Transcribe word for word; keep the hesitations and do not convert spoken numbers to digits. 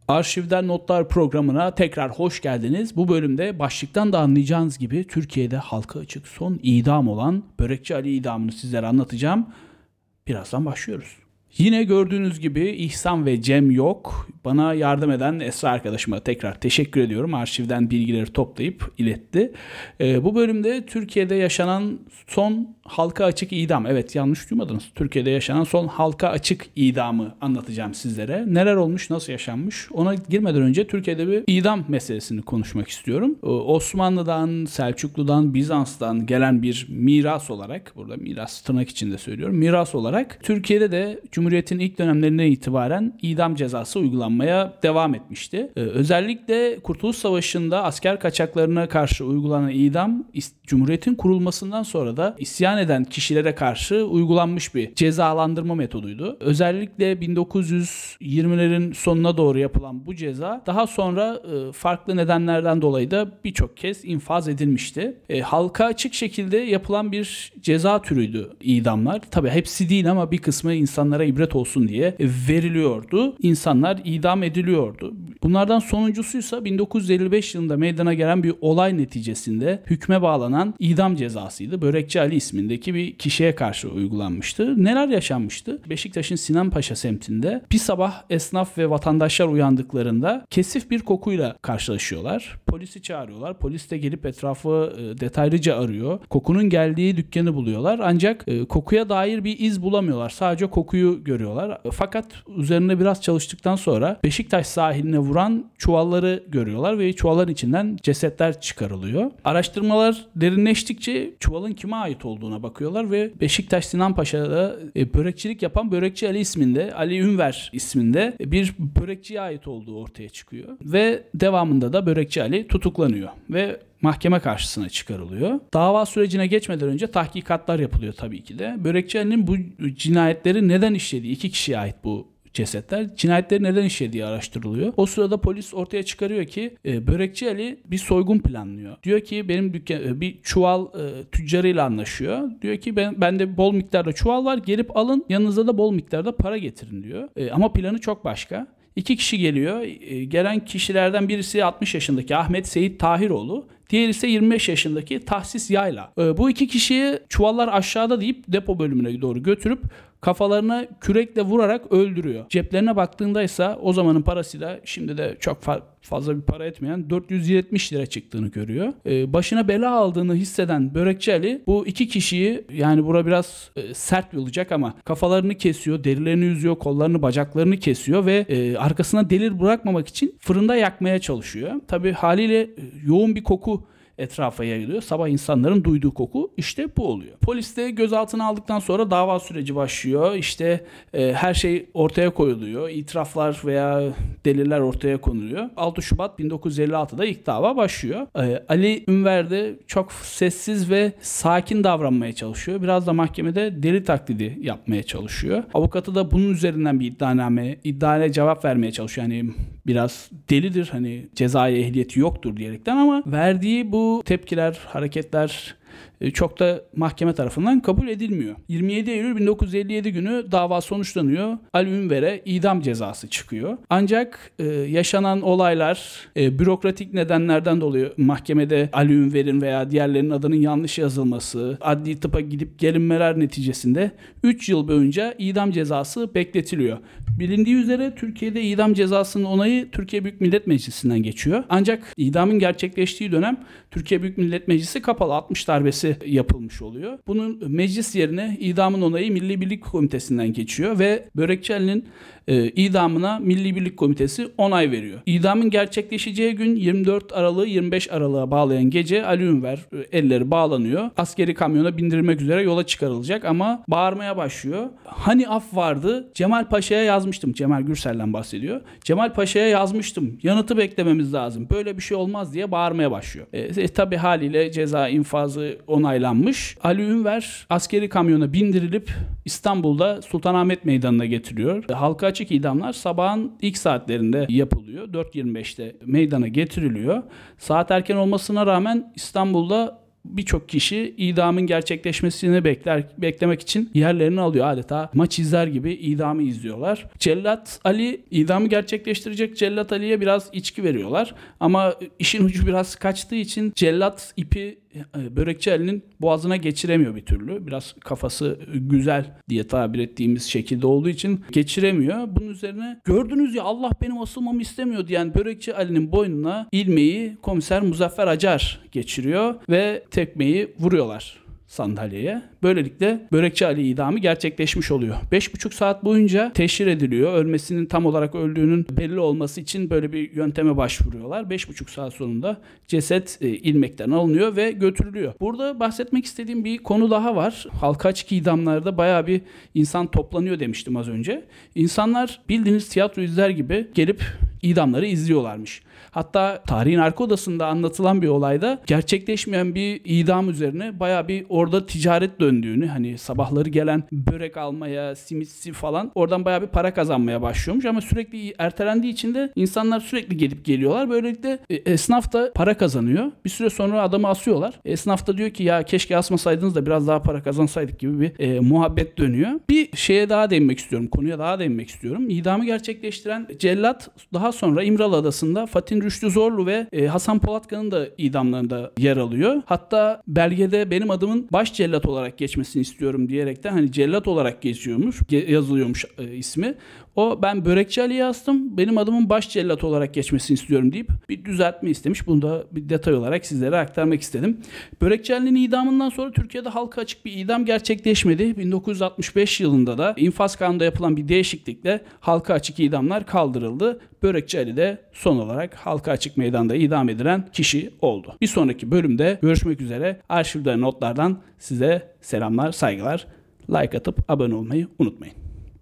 Arşivden Notlar programına tekrar hoş geldiniz. Bu bölümde başlıktan da anlayacağınız gibi Türkiye'de halka açık son idam olan Börekçi Ali idamını sizlere anlatacağım. Birazdan başlıyoruz. Yine gördüğünüz gibi İhsan ve Cem yok. Bana yardım eden Esra arkadaşıma tekrar teşekkür ediyorum. Arşivden bilgileri toplayıp iletti. Ee, bu bölümde Türkiye'de yaşanan son halka açık idam. Evet, yanlış duymadınız. Türkiye'de yaşanan son halka açık idamı anlatacağım sizlere. Neler olmuş, nasıl yaşanmış? Ona girmeden önce Türkiye'de bir idam meselesini konuşmak istiyorum. Ee, Osmanlı'dan, Selçuklu'dan, Bizans'tan gelen bir miras olarak, burada miras tırnak içinde söylüyorum, miras olarak Türkiye'de de Cumhuriyet'in ilk dönemlerinden itibaren idam cezası uygulanmaya devam etmişti. Ee, özellikle Kurtuluş Savaşı'nda asker kaçaklarına karşı uygulanan idam, Cumhuriyet'in kurulmasından sonra da isyan eden kişilere karşı uygulanmış bir cezalandırma metoduydu. Özellikle bin dokuz yüz yirmilerin sonuna doğru yapılan bu ceza daha sonra e, farklı nedenlerden dolayı da birçok kez infaz edilmişti. E, halka açık şekilde yapılan bir ceza türüydü idamlar. Tabii hepsi değil ama bir kısmı insanlara ibret olsun diye veriliyordu. İnsanlar idam ediliyordu. Bunlardan sonuncusuysa bin dokuz yüz elli beş yılında meydana gelen bir olay neticesinde hükme bağlanan idam cezasıydı. Börekçi Ali ismindeki bir kişiye karşı uygulanmıştı. Neler yaşanmıştı? Beşiktaş'ın Sinanpaşa semtinde bir sabah esnaf ve vatandaşlar uyandıklarında kesif bir kokuyla karşılaşıyorlar. Polisi çağırıyorlar. Polis de gelip etrafı e, detaylıca arıyor. Kokunun geldiği dükkanı buluyorlar. Ancak e, kokuya dair bir iz bulamıyorlar. Sadece kokuyu görüyorlar. Fakat üzerine biraz çalıştıktan sonra Beşiktaş sahiline vuran çuvalları görüyorlar ve çuvalların içinden cesetler çıkarılıyor. Araştırmalar derinleştikçe çuvalın kime ait olduğuna bakıyorlar ve Beşiktaş Sinanpaşa'da e, börekçilik yapan Börekçi Ali isminde, Ali Ünver isminde bir börekçiye ait olduğu ortaya çıkıyor. Ve devamında da Börekçi Ali tutuklanıyor ve mahkeme karşısına çıkarılıyor. Dava sürecine geçmeden önce tahkikatlar yapılıyor tabii ki de. Börekçi Ali'nin bu cinayetleri neden işlediği, iki kişiye ait bu cesetler. Cinayetleri neden işlediği araştırılıyor. O sırada polis ortaya çıkarıyor ki e, Börekçi Ali bir soygun planlıyor. Diyor ki benim dükkan e, bir çuval e, tüccarıyla anlaşıyor. Diyor ki ben bende bol miktarda çuval var. Gelip alın. Yanınızda da bol miktarda para getirin diyor. E, ama planı çok başka. İki kişi geliyor. E, gelen kişilerden birisi altmış yaşındaki Ahmet Seyit Tahiroğlu. Diğeri ise yirmi beş yaşındaki Tahsis Yayla. E, bu iki kişiyi çuvallar aşağıda deyip depo bölümüne doğru götürüp kafalarına kürekle vurarak öldürüyor. Ceplerine baktığında ise o zamanın parasıyla şimdi de çok fa- fazla bir para etmeyen dört yüz yetmiş lira çıktığını görüyor. Ee, başına bela aldığını hisseden Börekçi Ali bu iki kişiyi, yani bura biraz e, sert bir olacak ama kafalarını kesiyor, derilerini yüzüyor, kollarını, bacaklarını kesiyor ve e, arkasına delir bırakmamak için fırında yakmaya çalışıyor. Tabii haliyle e, yoğun bir koku etrafa yayılıyor. Sabah insanların duyduğu koku işte bu oluyor. Polis de gözaltına aldıktan sonra dava süreci başlıyor. İşte e, her şey ortaya koyuluyor. İtiraflar veya deliller ortaya konuluyor. altı Şubat bin dokuz yüz elli altıda ilk dava başlıyor. E, Ali Ünver de çok sessiz ve sakin davranmaya çalışıyor. Biraz da mahkemede deli taklidi yapmaya çalışıyor. Avukatı da bunun üzerinden bir iddianame, iddiaya cevap vermeye çalışıyor. Yani biraz delidir, hani cezai ehliyeti yoktur diyerekten, ama verdiği bu tepkiler, hareketler çok da mahkeme tarafından kabul edilmiyor. yirmi yedi Eylül bin dokuz yüz elli yedi günü dava sonuçlanıyor. Ali Ünver'e idam cezası çıkıyor. Ancak e, yaşanan olaylar e, bürokratik nedenlerden dolayı mahkemede Ali Ünver'in veya diğerlerinin adının yanlış yazılması, adli tıpa gidip gelinmeler neticesinde üç yıl boyunca idam cezası bekletiliyor. Bilindiği üzere Türkiye'de idam cezasının onayı Türkiye Büyük Millet Meclisi'nden geçiyor. Ancak idamın gerçekleştiği dönem Türkiye Büyük Millet Meclisi kapalı, altmış darbesi yapılmış oluyor. Bunun meclis yerine idamın onayı Milli Birlik Komitesi'nden geçiyor ve Börekçi Ali'nin e, idamına Milli Birlik Komitesi onay veriyor. İdamın gerçekleşeceği gün yirmi dört Aralık'ı yirmi beş Aralık'a bağlayan gece Ali Ünver e, elleri bağlanıyor. Askeri kamyona bindirilmek üzere yola çıkarılacak ama bağırmaya başlıyor. Hani af vardı? Cemal Paşa'ya yazmıştım. Cemal Gürsel'den bahsediyor. Cemal Paşa'ya yazmıştım. Yanıtı beklememiz lazım. Böyle bir şey olmaz diye bağırmaya başlıyor. E, e, tabi haliyle ceza infazı onaylanmış. Ali Ünver askeri kamyona bindirilip İstanbul'da Sultanahmet Meydanı'na getiriliyor. Halka açık idamlar sabahın ilk saatlerinde yapılıyor. dört yirmi beşte meydana getiriliyor. Saat erken olmasına rağmen İstanbul'da birçok kişi idamın gerçekleşmesini bekler beklemek için yerlerini alıyor. Adeta maç izler gibi idamı izliyorlar. Cellat Ali, idamı gerçekleştirecek Cellat Ali'ye biraz içki veriyorlar. Ama işin ucu biraz kaçtığı için cellat ipi Börekçi Ali'nin boğazına geçiremiyor bir türlü. Biraz kafası güzel diye tabir ettiğimiz şekilde olduğu için geçiremiyor. Bunun üzerine gördünüz ya Allah benim asılmamı istemiyor diyen Börekçi Ali'nin boynuna ilmeği komiser Muzaffer Acar geçiriyor ve tekmeyi vuruyorlar sandalyeye. Böylelikle Börekçi Ali idamı gerçekleşmiş oluyor. beş buçuk saat boyunca teşhir ediliyor. Ölmesinin tam olarak öldüğünün belli olması için böyle bir yönteme başvuruyorlar. beş buçuk saat sonunda ceset e, ilmekten alınıyor ve götürülüyor. Burada bahsetmek istediğim bir konu daha var. Halka açık idamlarda bayağı bir insan toplanıyor demiştim az önce. İnsanlar bildiğiniz tiyatro izler gibi gelip idamları izliyorlarmış. Hatta tarihin arka odasında anlatılan bir olayda gerçekleşmeyen bir idam üzerine bayağı bir orada ticaret döndüğünü, hani sabahları gelen börek almaya, simitsi falan oradan bayağı bir para kazanmaya başlıyormuş ama sürekli ertelendiği için de insanlar sürekli gelip geliyorlar. Böylelikle esnaf da para kazanıyor. Bir süre sonra adamı asıyorlar. Esnaf da diyor ki ya keşke asmasaydınız da biraz daha para kazansaydık gibi bir e, muhabbet dönüyor. Bir şeye daha değinmek istiyorum. Konuya daha değinmek istiyorum. İdamı gerçekleştiren cellat daha sonra İmralı Adası'nda Fatih Rüştü Zorlu ve e, Hasan Polatkan'ın da idamlarında yer alıyor. Hatta belgede benim adımın baş cellat olarak geçmesini istiyorum diyerekten hani cellat olarak geçiyormuş, yazılıyormuş e, ismi. O ben Börekçi Ali'ye yazdım. Benim adımın baş cellat olarak geçmesini istiyorum deyip bir düzeltme istemiş. Bunu da bir detay olarak sizlere aktarmak istedim. Börekçi Ali'nin idamından sonra Türkiye'de halka açık bir idam gerçekleşmedi. bin dokuz yüz altmış beş yılında da infaz kanunda yapılan bir değişiklikle halka açık idamlar kaldırıldı. Börekçi Ali de son olarak halka açık meydanda idam edilen kişi oldu. Bir sonraki bölümde görüşmek üzere. Arşivden notlardan size selamlar, saygılar. Like atıp abone olmayı unutmayın.